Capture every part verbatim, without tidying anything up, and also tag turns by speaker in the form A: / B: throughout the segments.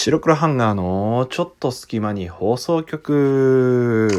A: 白黒ハンガーのちょっと隙間に放送局。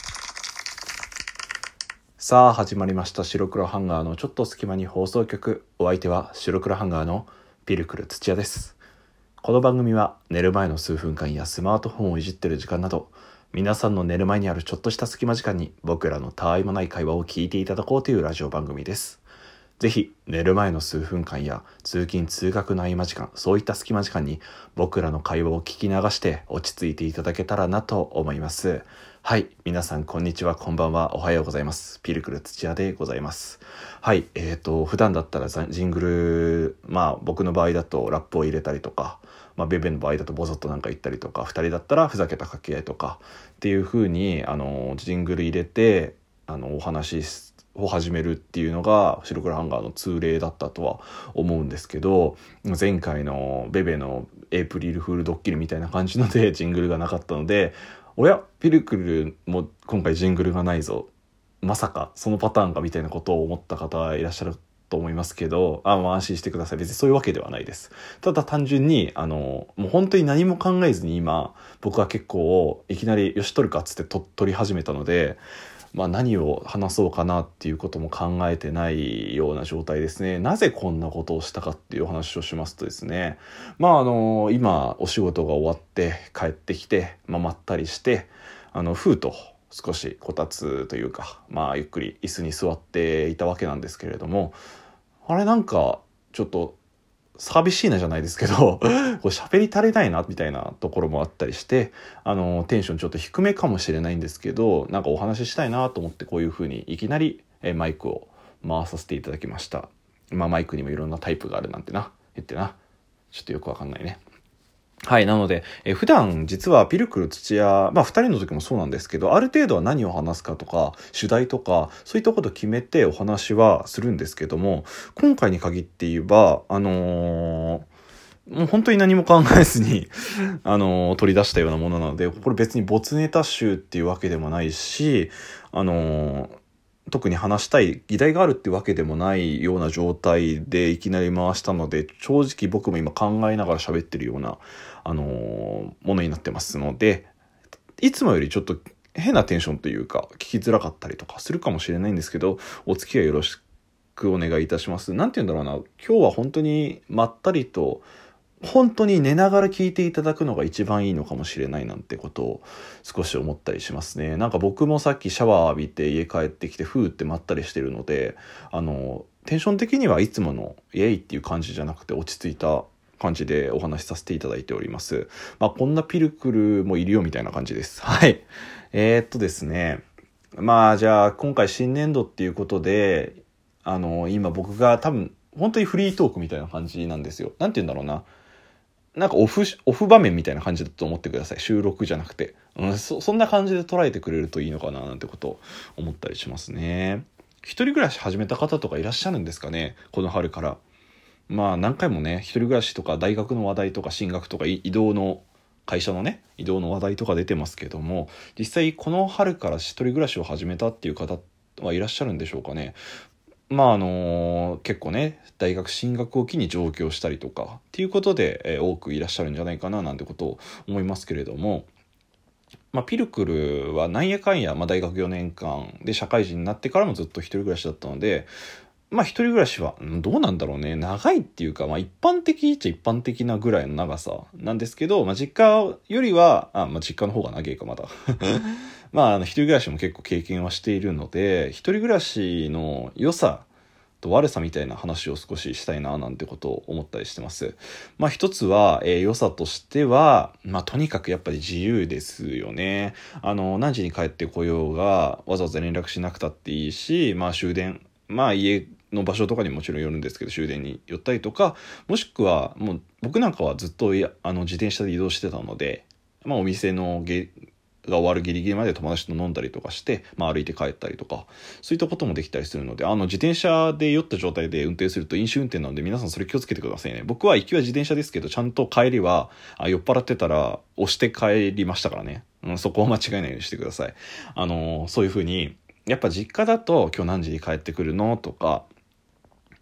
A: さあ始まりました。白黒ハンガーのちょっと隙間に放送局。お相手は白黒ハンガーのピルクル土屋です。この番組は寝る前の数分間やスマートフォンをいじってる時間など、皆さんの寝る前にあるちょっとした隙間時間に僕らのたわいもない会話を聞いていただこうというラジオ番組です。ぜひ寝る前の数分間や通勤通学の合間時間、そういった隙間時間に僕らの会話を聞き流して落ち着いていただけたらなと思います。はい、皆さんこんにちは、こんばんは、おはようございます。ピルクル土屋でございます。はい、えーと普段だったらジングル、まあ僕の場合だとラップを入れたりとか、まあ、ベベの場合だとボソッとなんか言ったりとか、ふたりだったらふざけた掛け合いとかっていう風にあのジングル入れてあのお話を始めるっていうのが白黒ハンガーの通例だったとは思うんですけど、前回のベベのエイプリルフールドッキリみたいな感じのでジングルがなかったので、おやピルクルも今回ジングルがないぞ、まさかそのパターンかみたいなことを思った方いらっしゃると思いますけど、あ、まあ安心してください。別にそういうわけではないです。ただ単純にあのもう本当に何も考えずに今僕は結構いきなりよし撮るかっつって撮撮り始めたので、まあ何を話そうかなっていうことも考えてないような状態ですね。なぜこんなことをしたかっていうお話をしますとですね、まああの今お仕事が終わって帰ってきて、まあ、まったりしてあのふうと少しこたつというか、まあゆっくり椅子に座っていたわけなんですけれども、あれなんかちょっと寂しいなじゃないですけどこう喋り足りないなみたいなところもあったりして、あのテンションちょっと低めかもしれないんですけど、なんかお話ししたいなと思ってこういう風にいきなりえマイクを回させていただきました。まあマイクにもいろんなタイプがあるなんてな言ってな、ちょっとよくわかんないね。はい。なので、え普段実はピルクル土屋、まあ二人の時もそうなんですけど、ある程度は何を話すかとか、主題とか、そういったことを決めてお話はするんですけども、今回に限って言えば、あのーもう本当に何も考えずにあのー取り出したようなものなので、これ別に没ネタ集っていうわけでもないし、あのー特に話したい議題があるってわけでもないような状態でいきなり回したので、正直僕も今考えながら喋ってるような、あのーものになってますので、いつもよりちょっと変なテンションというか聞きづらかったりとかするかもしれないんですけど、お付き合いよろしくお願いいたします。なんて言うんだろうな、今日は本当にまったりと本当に寝ながら聞いていただくのが一番いいのかもしれないなんてことを少し思ったりしますね。なんか僕もさっきシャワー浴びて家帰ってきてふーってまったりしてるので、あのテンション的にはいつものイエイっていう感じじゃなくて落ち着いた感じでお話しさせていただいております。まあこんなピルクルもいるよみたいな感じです。はい。えー、っとですね。まあじゃあ今回新年度っていうことで、あの今僕が多分本当にフリートークみたいな感じなんですよ。なんて言うんだろうな。なんかオフ、オフ場面みたいな感じだと思ってください。収録じゃなくて。うん、そ、そんな感じで捉えてくれるといいのかななんてことを思ったりしますね。一人暮らし始めた方とかいらっしゃるんですかね、この春から。まあ何回もね、一人暮らしとか大学の話題とか進学とか移動の、会社のね、移動の話題とか出てますけども、実際この春から一人暮らしを始めたっていう方はいらっしゃるんでしょうかね。まああの結構ね大学進学を機に上京したりとかっていうことで、えー多くいらっしゃるんじゃないかななんてことを思いますけれども、まあ、ピルクルはなんやかんや、まあ、大学よねんかんで社会人になってからもずっと一人暮らしだったので、まあ一人暮らしはうんどうなんだろうね、長いっていうか、まあ一般的っちゃ一般的なぐらいの長さなんですけど、まあ実家よりはあ、まあ実家の方が長いかまだまああの一人暮らしも結構経験はしているので、一人暮らしの良さと悪さみたいな話を少ししたいななんてことを思ったりしてます。まあ一つは、えー良さとしては、まあとにかくやっぱり自由ですよね。あの何時に帰ってこようがわざわざ連絡しなくたっていいし、まあ終電、まあ家の場所とかにもちろんよるんですけど終電に寄ったりとか、もしくはもう僕なんかはずっといやあの自転車で移動してたので、まあお店のゲが終わるギリギリまで友達と飲んだりとかして、まあ、歩いて帰ったりとかそういったこともできたりするので、あの自転車で酔った状態で運転すると飲酒運転なので皆さんそれ気をつけてくださいね。僕は行きは自転車ですけどちゃんと帰りはあ酔っ払ってたら押して帰りましたからね、うん、そこを間違えないようにしてください。あのそういう風にやっぱ実家だと今日何時に帰ってくるのとか、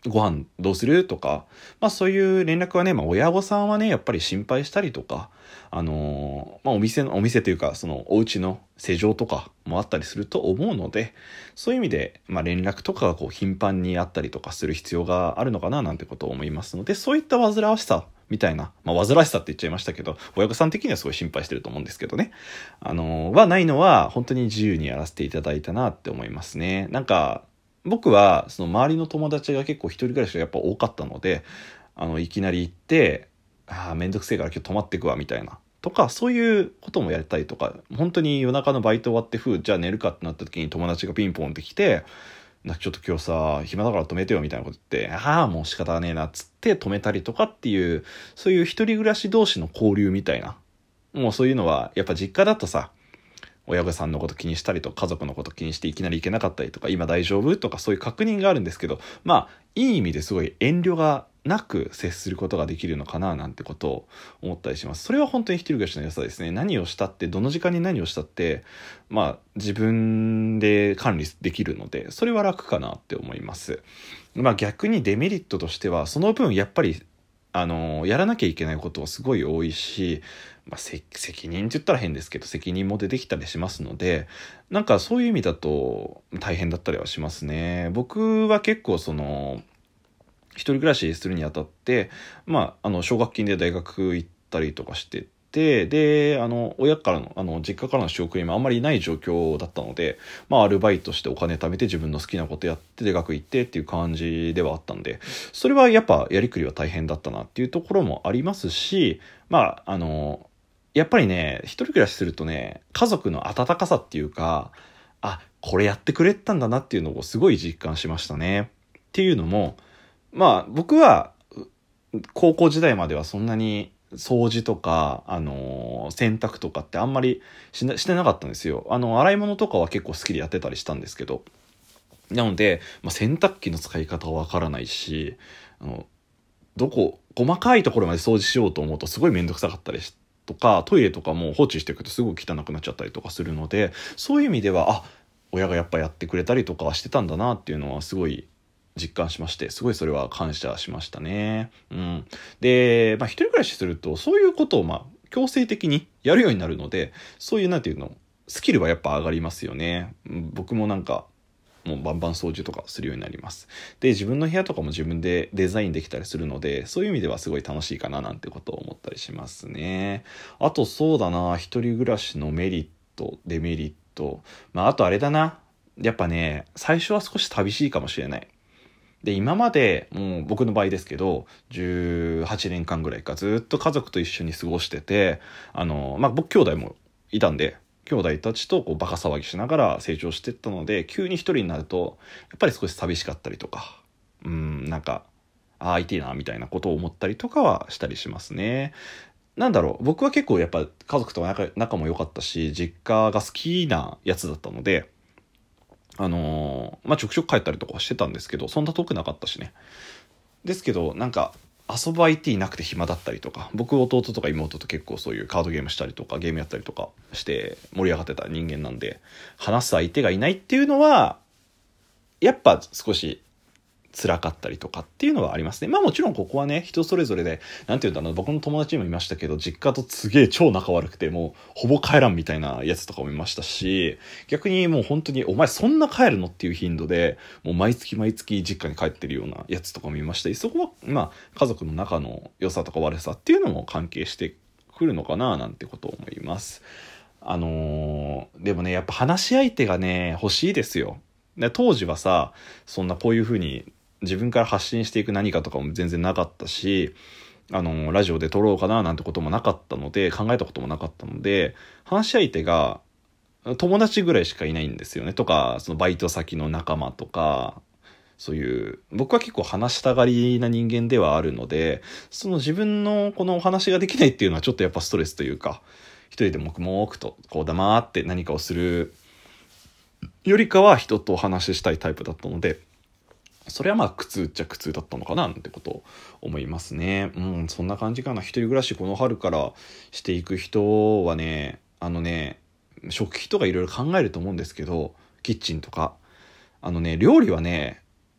A: ご飯どうするとか、まあそういう連絡はね、まあ親御さんはね、やっぱり心配したりとか、あのーまあお店の、お店というか、そのお家の施錠とかもあったりすると思うので、そういう意味で、まあ連絡とかがこう頻繁にあったりとかする必要があるのかななんてことを思いますので、そういった煩わしさみたいな、まあ煩わしさって言っちゃいましたけど、親御さん的にはすごい心配してると思うんですけどね。あのーはないのは、本当に自由にやらせていただいたなって思いますね。なんか、僕はその周りの友達が結構一人暮らしがやっぱ多かったので、あのいきなり行ってああめんどくせえから今日泊まってくわみたいなとか、そういうこともやりたりとか、本当に夜中のバイト終わってふうじゃあ寝るかってなった時に友達がピンポンって来て、なんかちょっと今日さ暇だから泊めてよみたいなこと言って、ああもう仕方ねえなっつって泊めたりとかっていう、そういう一人暮らし同士の交流みたいな、もうそういうのはやっぱ実家だとさ、親御さんのこと気にしたりとか家族のこと気にしていきなり行けなかったりとか、今大丈夫とかそういう確認があるんですけど、まあいい意味ですごい遠慮がなく接することができるのかななんてことを思ったりします。それは本当に一人暮らしの良さですね。何をしたってどの時間に何をしたってまあ自分で管理できるので、それは楽かなって思います。まあ逆にデメリットとしては、その分やっぱりあのやらなきゃいけないことはすごい多いし、まあ、責任って言ったら変ですけど責任も出てきたりしますので、なんかそういう意味だと大変だったりはしますね。僕は結構その一人暮らしするにあたって、まあ、あの奨学金で大学行ったりとかしてて、であの親からのあの実家からの仕送りもあんまりない状況だったので、まあ、アルバイトしてお金貯めて自分の好きなことやって大学行ってっていう感じではあったんで、それはやっぱやりくりは大変だったなっていうところもありますし、まああのやっぱりね一人暮らしするとね、家族の温かさっていうか、あこれやってくれたんだなっていうのをすごい実感しましたね。っていうのも、まあ僕は高校時代まではそんなに掃除とか、あのー洗濯とかってあんまりしな、してなかったんですよ。あの洗い物とかは結構好きでやってたりしたんですけど、なので、まあ、洗濯機の使い方はわからないし、あのどこ細かいところまで掃除しようと思うとすごい面倒くさかったりしとか、トイレとかも放置していくとすごい汚くなっちゃったりとかするので、そういう意味ではあ親がやっぱやってくれたりとかしてたんだなっていうのはすごい実感しまして、すごいそれは感謝しましたね。うん。で、まあ一人暮らしするとそういうことをまあ強制的にやるようになるので、そういうなんていうのスキルはやっぱ上がりますよね。僕もなんかもうバンバン掃除とかするようになります。で、自分の部屋とかも自分でデザインできたりするので、そういう意味ではすごい楽しいかななんてことを思ったりしますね。あとそうだな、一人暮らしのメリット、デメリット。まああとあれだな。やっぱね、最初は少し寂しいかもしれない。で、今まで、もう僕の場合ですけど、じゅうはちねんかんぐらいかずっと家族と一緒に過ごしてて、あの、まあ僕兄弟もいたんで、兄弟たちとこうバカ騒ぎしながら成長していったので、急に一人になるとやっぱり少し寂しかったりとか、うんなんかああいてえなみたいなことを思ったりとかはしたりしますね。なんだろう、僕は結構やっぱ家族と仲仲も良かったし、実家が好きなやつだったので、あのーまあちょくちょく帰ったりとかしてたんですけど、そんな遠くなかったしね。ですけどなんか遊ぶ相手いなくて暇だったりとか、僕弟とか妹と結構そういうカードゲームしたりとかゲームやったりとかして盛り上がってた人間なんで、話す相手がいないっていうのはやっぱ少し辛かったりとかっていうのはありますね。まあもちろんここはね人それぞれで、なんていうんだろう、僕の友達にもいましたけど、実家とすげえ超仲悪くてもうほぼ帰らんみたいなやつとかもいましたし、逆にもう本当にお前そんな帰るのっていう頻度でもう毎月毎月実家に帰ってるようなやつとかもいましたし、そこはまあ家族の仲の良さとか悪さっていうのも関係してくるのかななんてことを思います。あのー、でもねやっぱ話し相手がね欲しいですよ。で当時はさ、そんなこういう風に自分から発信していく何かとかも全然なかったし、あのラジオで撮ろうかななんてこともなかったので、考えたこともなかったので、話し相手が友達ぐらいしかいないんですよね。とかそのバイト先の仲間とか、そういう僕は結構話したがりな人間ではあるので、その自分のこのお話ができないっていうのはちょっとやっぱストレスというか、一人で黙々とこう黙って何かをするよりかは人とお話ししたいタイプだったので、それはまあ苦痛っちゃ苦痛だったのかななんてことを思いますね。うん、そんな感じかな。一人暮らしこの春からしていく人はね、あのね、食費とかいろいろ考えると思うんですけど、キッチンとか。あのね、料理はね、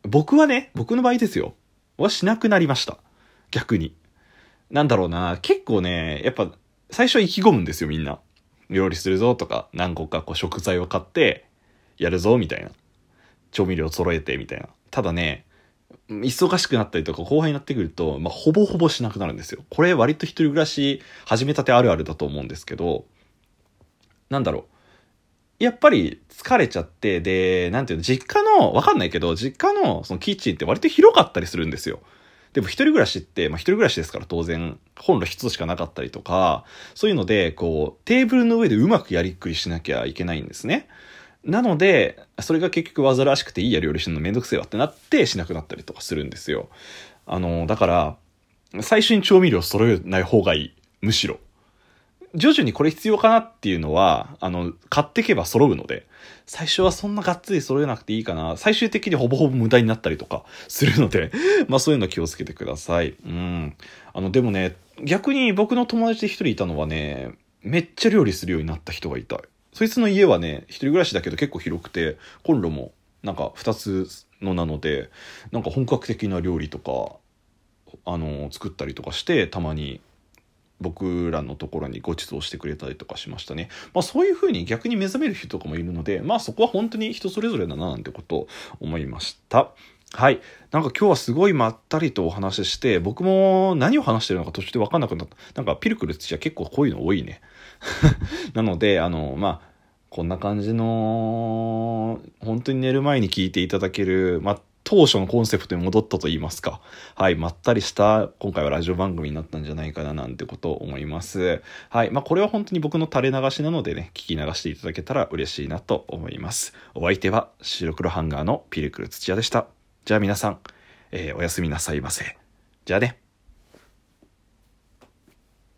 A: 僕はね、僕の場合ですよ。はしなくなりました。逆に。なんだろうな、結構ね、やっぱ最初は意気込むんですよ、みんな。料理するぞとか、何個かこう食材を買って、やるぞみたいな。調味料揃えてみたいな。ただね、忙しくなったりとか後輩になってくると、まあ、ほぼほぼしなくなるんですよ。これ割と一人暮らし始めたてあるあるだと思うんですけど、なんだろう。やっぱり疲れちゃって、で、なんていうの、実家の、わかんないけど、実家のそのキッチンって割と広かったりするんですよ。でも一人暮らしって、まあ一人暮らしですから当然、本路一つしかなかったりとか、そういうので、こう、テーブルの上でうまくやりっくりしなきゃいけないんですね。なので、それが結局煩わしくていいや料理するのめんどくせえわってなってしなくなったりとかするんですよ。あの、だから、最初に調味料揃えない方がいい。むしろ。徐々にこれ必要かなっていうのは、あの、買っていけば揃うので、最初はそんながっつり揃えなくていいかな。最終的にほぼほぼ無駄になったりとかするので、まあそういうの気をつけてください。うん。あの、でもね、逆に僕の友達で一人いたのはね、めっちゃ料理するようになった人がいた。そいつの家はね、一人暮らしだけど結構広くて、コンロもなんか二つのなので、なんか本格的な料理とか、あの、作ったりとかして、たまに、僕らのところにご馳走してくれたりとかしましたね。まあそういう風に逆に目覚める人とかもいるので、まあそこは本当に人それぞれだななんてことを思いました。はい。なんか今日はすごいまったりとお話しして、僕も何を話してるのか途中で分かんなくなった。なんかピルクル土は結構こういうの多いね。なので、あの、まあ、こんな感じの、本当に寝る前に聞いていただける、まあ、当初のコンセプトに戻ったと言いますか。はい。まったりした、今回はラジオ番組になったんじゃないかななんてことを思います。はい。まあ、これは本当に僕の垂れ流しなのでね、聞き流していただけたら嬉しいなと思います。お相手は白黒ハンガーのピルクル土屋でした。じゃあ皆さん、えー、おやすみなさいませ。じゃあね。